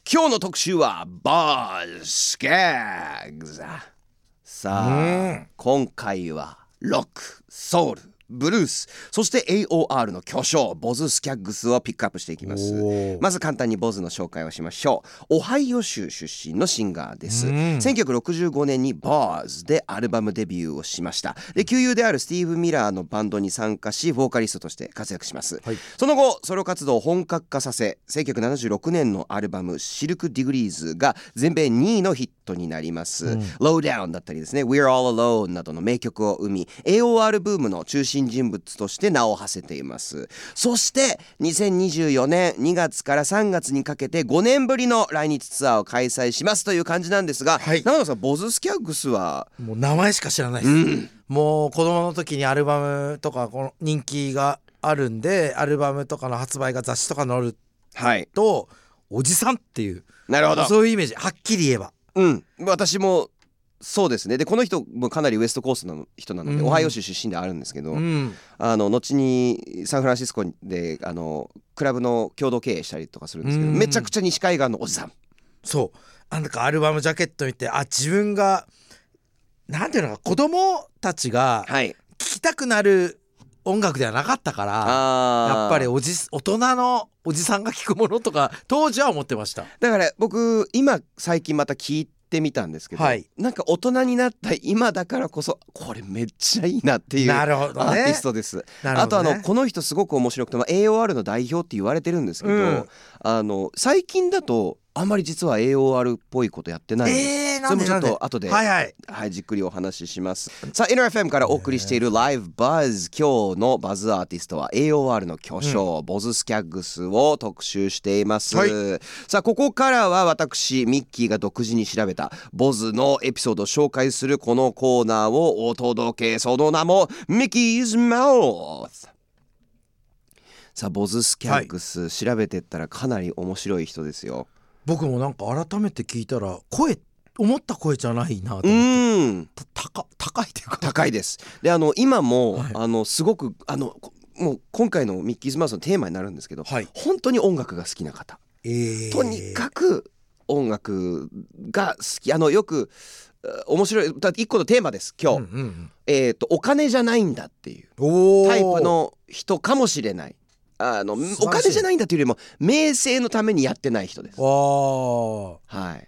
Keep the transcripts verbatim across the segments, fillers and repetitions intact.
今日の特集はバースキャッグズ。さあ今回はロック、ソウル、ブルース、そして エーオーアール の巨匠ボズ・スキャッグスをピックアップしていきます。まず簡単にボズの紹介をしましょう。オハイオ州出身のシンガーです。せんきゅうひゃくろくじゅうごねんにバーズでアルバムデビューをしました。で旧友であるスティーブ・ミラーのバンドに参加しボーカリストとして活躍します、はい、その後ソロ活動を本格化させせんきゅうひゃくななじゅうろくねんのアルバムシルク・ディグリーズが全米にいのヒットになります、うん、Low Down だったりですね We're All Alone などの名曲を生み エーオーアール ブームの中心人物として名を馳せています。そしてにせんにじゅうよねんにがつからさんがつにかけてごねんぶりの来日ツアーを開催しますという感じなんですが、はい、長野さんボズ・スキャッグスはもう名前しか知らないです、うん、もう子供の時にアルバムとかこの人気があるんでアルバムとかの発売が雑誌とか載ると、はい、おじさんっていうなるほどそういうイメージはっきり言えば、 うん、私もそうですね。でこの人もかなりウエストコーストの人なので、うん、オハイオ州出身ではあるんですけど、うん、あの後にサンフランシスコであのクラブの共同経営したりとかするんですけど、うん、めちゃくちゃ西海岸のおじさん。 そうあなんかアルバムジャケット見てあ自分がなんていうのか子供たちが聴きたくなる音楽ではなかったから、はい、やっぱりおじ大人のおじさんが聴くものとか当時は思ってました。 だから僕今最近また聴いてってみたんですけど、はい、なんか大人になった今だからこそこれめっちゃいいなっていうアーティストです。なるほどね。あとあのこの人すごく面白くて、まあ、エーオーアール の代表って言われてるんですけど、うん、あの最近だとあんまり実は エーオーアール っぽいことやってないんです、えー、なんでそれもちょっと後で、はいはいはい、じっくりお話しします。さあ エヌアールエフエム からお送りしている Live Buzz、 今日のバズアーティストは エーオーアール の巨匠、うん、ボズ・スキャッグスを特集しています、はい、さあここからは私ミッキーが独自に調べたボズのエピソードを紹介するこのコーナーをお届け、その名もミッキーズ・マウス。さあボズ・スキャッグス、はい、調べてったらかなり面白い人ですよ。 僕もなんか改めて聞いたら声思った声じゃないなと思って、うん高, 高いというか高いです。であの今も、はい、あのすごくあのもう今回のミッキーズマウスのテーマになるんですけど、はい、本当に音楽が好きな方、えー、とにかく音楽が好き、あのよく面白い一個のテーマです今日、うんうんうん、えーとお金じゃないんだっていうタイプの人かもしれない。あのお金じゃないんだというよりも名声のためにやってない人です。 はい、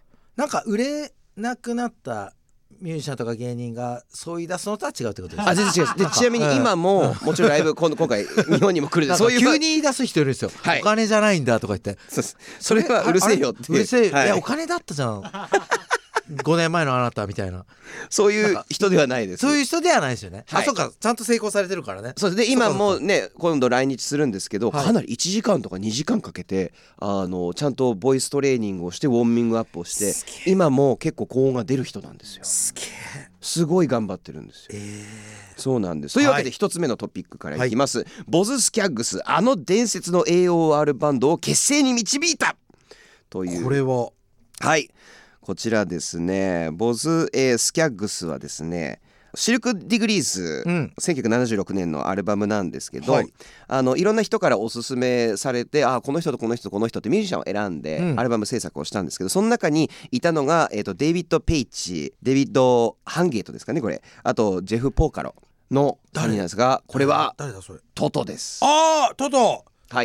なんか売れなくなったミュージシャンとか芸人がそう言い出すのとは違うってことですか？ あ全然違うでちなみに今ももちろんライブ今回日本にも来るそういう急に言い出す人いるんですよ、はい、お金じゃないんだとか言ってそ, それはうるせえよってうるせえ、はい、いやお金だったじゃんごねんまえのあなたみたいなそういう人ではないです。 そういう人ではないですよね、はい、あそうかちゃんと成功されてるからね。 そうで今もね今度来日するんですけど、はい、かなりいちじかんとかにじかんかけてあのちゃんとボイストレーニングをしてウォーミングアップをして今も結構高音が出る人なんですよ。 すげえすごい頑張ってるんですよ、えー、そうなんです。というわけで一つ目のトピックからいきます、はい、ボズ・スキャッグスあの伝説の エーオーアール バンドを結成に導いたというこれははいこちらですねボズ、えー、スキャッグスはですねシルク・ディグリーズ、うん、せんきゅうひゃくななじゅうろくねんのアルバムなんですけど、はい、あのいろんな人からおすすめされてあこの人とこの人とこの人ってミュージシャンを選んでアルバム制作をしたんですけど、うん、その中にいたのが、えーと、デイビッド・ペイチデイビッド・ハンゲートですかねこれあとジェフ・ポーカロのさんにんなんですがこれは誰だそれトトです。 あートトはい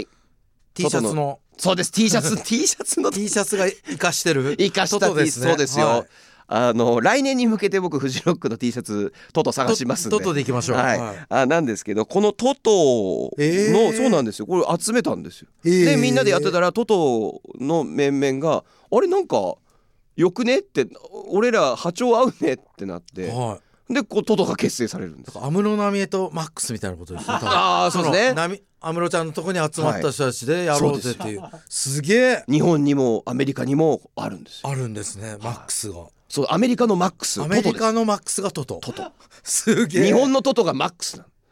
T シャツのそうです T シャツ T シャツの T シャツが生かしてる生かした T ですね。そうですよ、はい、あの来年に向けて僕フジロックの T シャツトト探しますんでトトでいきましょう、 はいはい、あなんですけどこのトトの、えー、そうなんですよこれ集めたんですよ、えー、でみんなでやってたらトトの面々があれなんかよくねって俺ら波長合うねってなって、はいでこうトトが結成されるんです。 安室奈美恵とマックスみたいなことですね。 ああそうですね。 安室ちゃんのとこに集まった人たちでやろうぜっていう、はい、す, すげえ日本にもアメリカにもあるんですよ。 あるんですねマックスが。 そうアメリカのマックスアメリカのマックスがトトトトすげえ。 日本のトトがマックスなの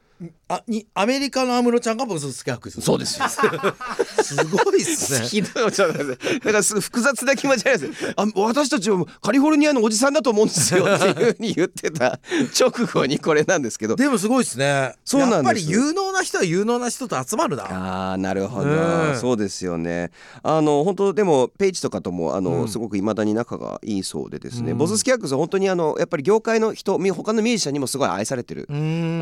あにアメリカの安室ちゃんがボズスキャッグス。 そうですよすごいっすね。 ひどい。ちょっと待って、だからすごい複雑な気持ちなんですよ。あ、私たちはカリフォルニアのおじさんだと思うんですよっていう風に言ってた直後にこれなんですけど、 でもすごいですね。 そうなんです。 やっぱり有能な人は有能な人と集まるな。 あー、なるほど、うん、そうですよね。あの本当でもペイジとかともあの、うん、すごく未だに仲がいいそうでですね、うん、ボズスキャッグスは本当にあのやっぱり業界の人、他のミュージシャンにもすごい愛されてる、うん、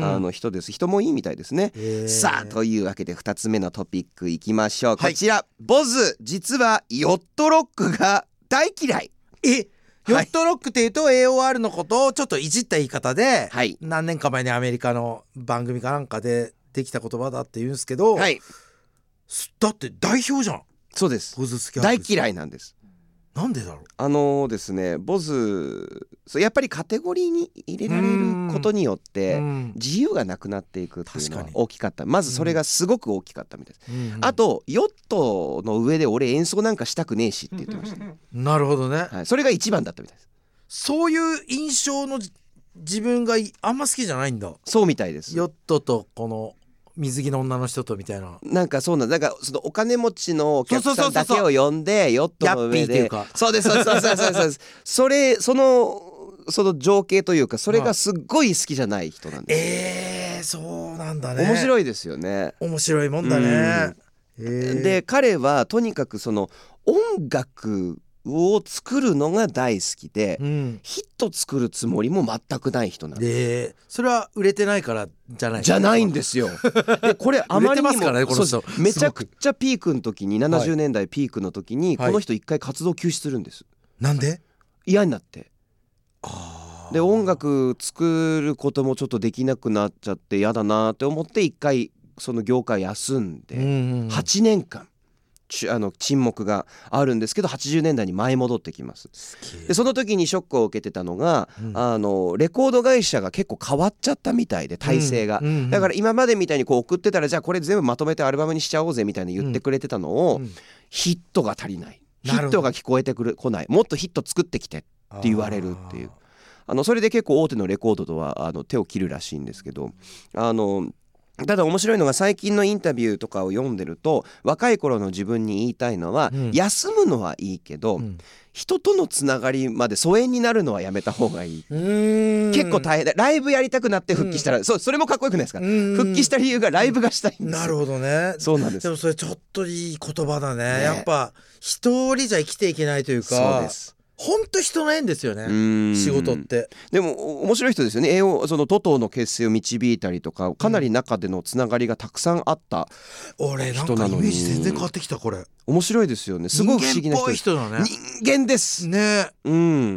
あの人です。人もいいみたいですね。さあ、というわけでふたつめのトピックいきましょう。こちら、はい、ボズ実はヨットロックが大嫌い。 えヨットロックっていうと エーオーアール のことをちょっといじった言い方で、はい、何年か前にアメリカの番組かなんかでできた言葉だって言うんですけど、はい、だって代表じゃん。 そうです。 ボズスキャッグス大嫌いなんです。 なんでだろう。 あのー、ですねボズやっぱりカテゴリーに入れられることによって自由がなくなっていくっていうのは大きかった。まずそれがすごく大きかったみたいです、うんうん、あとヨットの上で俺演奏なんかしたくねえしって言ってました、ね、 なるほどね、 はい、それが一番だったみたいです。 そういう印象の自分があんま好きじゃないんだ。 そうみたいです。 ヨットとこの水着の女の人とみたいな、 なんかそうなんだ。なんかそのお金持ちのお客さんだけを呼んでヨットの上で、そうですそうですそうですそうです。それそのその情景というかそれがすっごい好きじゃない人なんです。 えー、そうなんだね。 面白いですよね。 面白いもんだね。 えー、で彼はとにかくその音楽を作るのが大好きで、うん、ヒット作るつもりも全くない人なんです。 でそれは売れてないからじゃないじゃないんですよ。でこれあまりにも売れてますからね、この人。めちゃくちゃピークの時にななじゅうねんだいピークの時に、はい、この人一回活動休止するんです。 なんで？ 嫌になって。あで音楽作ることもちょっとできなくなっちゃって嫌だなって思って一回その業界休んで、うんうん、はちねんかんあの沈黙があるんですけどはちじゅうねんだいに舞い戻ってきます。でその時にショックを受けてたのが、うん、あのレコード会社が結構変わっちゃったみたいで体制が、うんうんうん、だから今までみたいにこう送ってたらじゃあこれ全部まとめてアルバムにしちゃおうぜみたいに言ってくれてたのを、うんうん、ヒットが足りない、ヒットが聞こえてくる来ない、もっとヒット作ってきてって言われるっていう、あのそれで結構大手のレコードとはあの手を切るらしいんですけど、あのただ面白いのが最近のインタビューとかを読んでると若い頃の自分に言いたいのは、うん、休むのはいいけど、うん、人とのつながりまで疎遠になるのはやめた方がいい。うーん結構大変だ。ライブやりたくなって復帰したら、うん、そうそれもかっこよくないですか。復帰した理由がライブがしたいんですよ。 なるほどね。 そうなんです。 でもそれちょっといい言葉だ ね, ねやっぱ一人じゃ生きていけないというか。そうです。本当人の縁ですよね、仕事って。でも面白い人ですよね。そのトトの結成を導いたりとかかなり中でのつながりがたくさんあった人なのに、 俺なんかイメージ全然変わってきた。これ面白いですよね。すごい不思議な人。 人間っぽい人だね。 人間ですね。 うん、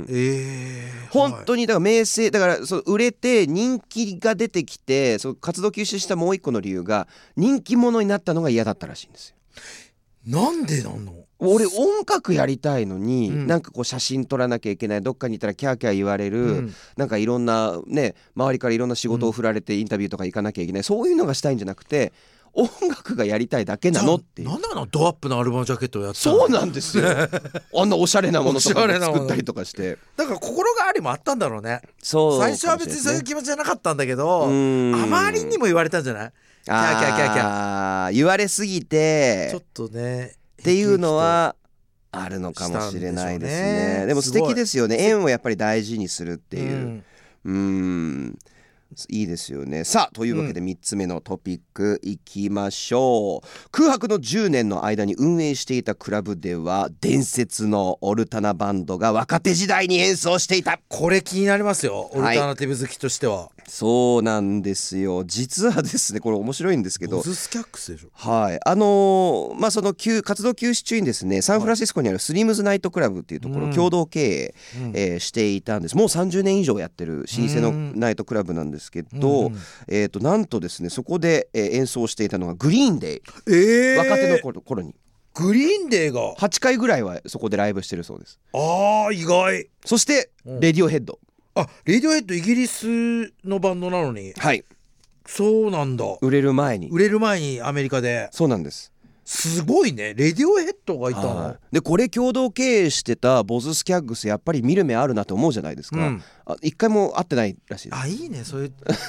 えー、 本当にだから名声だからその売れて人気が出てきてその活動休止したもう一個の理由が人気者になったのが嫌だったらしいんですよ。 なんでなんの？ 俺音楽やりたいのに、うん、なんかこう写真撮らなきゃいけない、どっかに行ったらキャーキャー言われる、うん、なんかいろんなね周りからいろんな仕事を振られてインタビューとか行かなきゃいけない、うん、そういうのがしたいんじゃなくて音楽がやりたいだけなのっていう。 なんであのドアップのアルバムジャケットをやったの？そうなんですよあんなおしゃれなものとかも作ったりとかしてだから心変わりもあったんだろうね。 そう最初は別にそういう気持ちじゃなかったんだけど、あまりにも言われたんじゃない？キャーキャーキャーキャー言われすぎてちょっとねっていうのはあるのかもしれないですね。で, でも素敵ですよね。縁をやっぱり大事にするっていう、うん、うーんいいですよね。さあというわけでみっつめのトピックいきましょう、うん、空白のじゅうねんの間に運営していたクラブでは伝説のオルタナバンドが若手時代に演奏していた。 これ気になりますよ、オルタナティブ好きとしては、はい、 そうなんですよ。実はですねこれ面白いんですけど、 ボズスキャックスでしょ。 はいあのー、まあその活動休止中にですねサンフランシスコにあるスリムズナイトクラブっていうところを共同経営、うんえー、していたんです。もうさんじゅうねん以上やってる老舗のナイトクラブなんですけど、うんえー、となんとですねそこで、えー、演奏していたのがグリーンデイ、 えー、 若手の頃、頃にグリーンデイがはちかいぐらいはそこでライブしてるそうです。 あー意外。 そしてレディオヘッド、 あレディオヘッドイギリスのバンドなのに。 はいそうなんだ。 売れる前に売れる前にアメリカで。 そうなんです。 すごいねレディオヘッドがいたの。 でこれ共同経営してたボズスキャッグスやっぱり見る目あるなと思うじゃないですか、うん、あ一回も会ってないらしいです。 あいいねそういう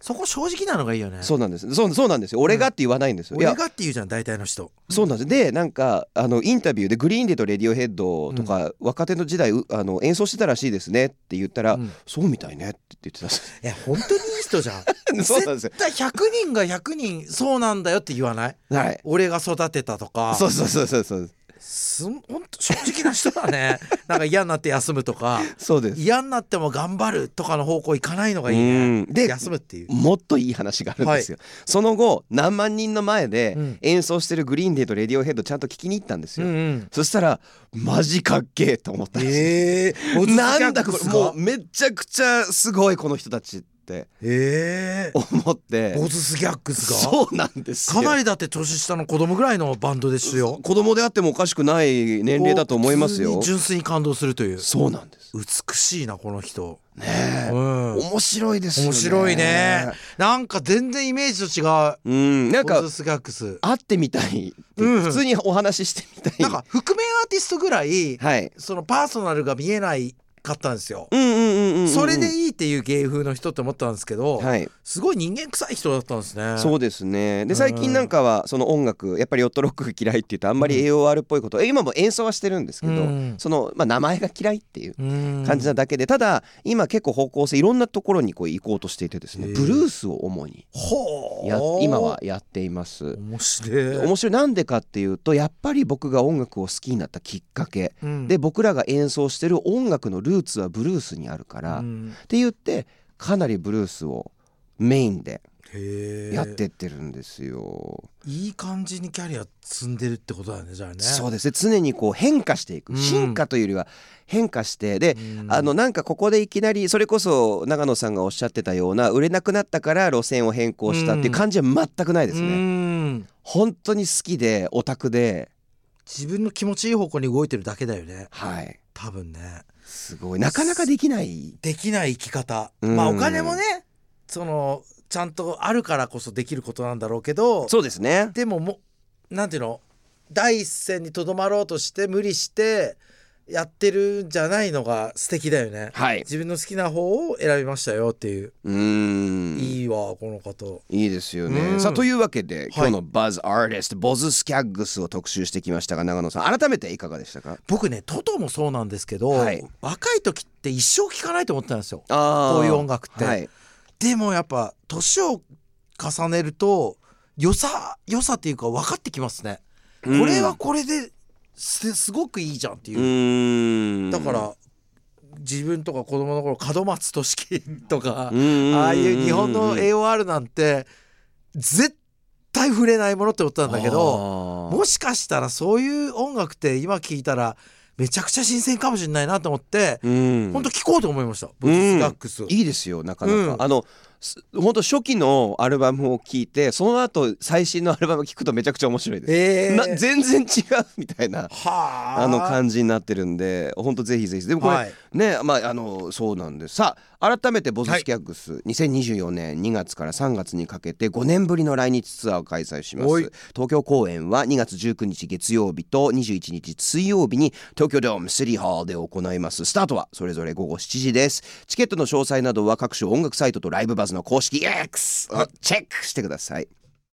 そこ正直なのがいいよね。 そうなんです。そう、そうなんですよ。俺がって言わないんですよ。 俺がって言うじゃん大体の人。 そうなんです。でなんかあのインタビューでグリーンデーとレディオヘッドとか、うん、若手の時代あの演奏してたらしいですねって言ったら、うん、そうみたいねって言ってたんです。 いや本当にいい人じゃん。そうなんですよ。絶対ひゃくにんがひゃくにんそうなんだよって言わない、はい、俺が育てたとか。 そうそうそうそうそう。 す本当正直な人だね。なんか嫌になって休むとかそうです。 嫌になっても頑張るとかの方向行かないのがいいね。で休むっていうもっといい話があるんですよ、はい、その後何万人の前で演奏してるグリーンデーとレディオヘッドちゃんと聞きに行ったんですよ、うんうん、そしたらマジかっけえと思ったんですよ、えー、なんだこれもうめちゃくちゃすごいこの人たちってえー、思ってボズスギャックスがそうなんですよ。 かなりだって年下の子供ぐらいのバンドですよ。 子供であってもおかしくない年齢だと思いますよ。 純粋に感動するという。 そうなんです。 美しいなこの人ねえ、うん、面白いですよね。 面白いね。なんか全然イメージと違う。 うん、なんかボズスギャックス会ってみたい、うん、普通にお話ししてみたい。 なんか覆面アーティストぐらい、はい、そのパーソナルが見えないかったんですよ。 うんうんうんうんうん、 それでいいっていう芸風の人って思ったんですけど、 はい、 すごい人間臭い人だったんですね。 そうですね。で最近なんかはその音楽やっぱりヨットロックが嫌いって言うとあんまり エーオーアール っぽいこと、うん、今も演奏はしてるんですけど、うん、その、まあ、名前が嫌いっていう感じなだけで、ただ今結構方向性いろんなところにこう行こうとしていてですね、ブルースを主にや今はやっています。 面白い。 面白い。なんでかっていうとやっぱり僕が音楽を好きになったきっかけ、うん、で僕らが演奏してる音楽のルーツはブルースにあるから、うん、って言ってかなりブルースをメインでやってってるんですよ。 いい感じにキャリア積んでるってことだよね。じゃあね。 そうですね。常にこう変化していく、進化というよりは変化してで、うん、あのなんかここでいきなりそれこそ長野さんがおっしゃってたような売れなくなったから路線を変更したっていう感じは全くないですね、うん、本当に好きでオタクで自分の気持ちいい方向に動いてるだけだよね。 はい、 多分ね。 すごいなかなかできないできない生き方、うん、まあお金もねそのちゃんとあるからこそできることなんだろうけど、 そうですね。 でももなんていうの第一線にとどまろうとして無理してやってるんじゃないのが素敵だよね、 はい、 自分の好きな方を選びましたよっていう。うーんいいわこの方。 いいですよね。さあというわけで今日のバズアーティスト、はい、ボズスキャッグスを特集してきましたが長野さん改めていかがでしたか？ 僕ねトトもそうなんですけど、はい、若い時って一生聴かないと思ってたんですよこういう音楽って、はい、でもやっぱ年を重ねると良さ良さっていうか分かってきますね、うん、これはこれですすごくいいじゃんっていう、うーんだから自分とか子供の頃門松俊樹とかああいう日本の エーオーアール なんて絶対触れないものって思ったんだけど、もしかしたらそういう音楽って今聴いたらめちゃくちゃ新鮮かもしれないなと思って、うん、本当聴こうと思いました。ボズスガックス、うん、 いいですよなかなか、うん、あの本当初期のアルバムを聴いてその後最新のアルバムを聴くとめちゃくちゃ面白いです、えー、な全然違うみたいなあの感じになってるんで本当ぜひぜひ。でもこれ、はい、ねまああのそうなんです。さあ改めてボズスキャッグス、はい、にせんにじゅうよねんにがつからさんがつにかけてごねんぶりの来日ツアーを開催します。東京公演はにがつじゅうくにち月曜日とにじゅういちにち水曜日に東京ドームシティホールで行います。スタートはそれぞれごごしちじです。チケットの詳細などは各種音楽サイトとライブバズの公式 X をチェックしてください。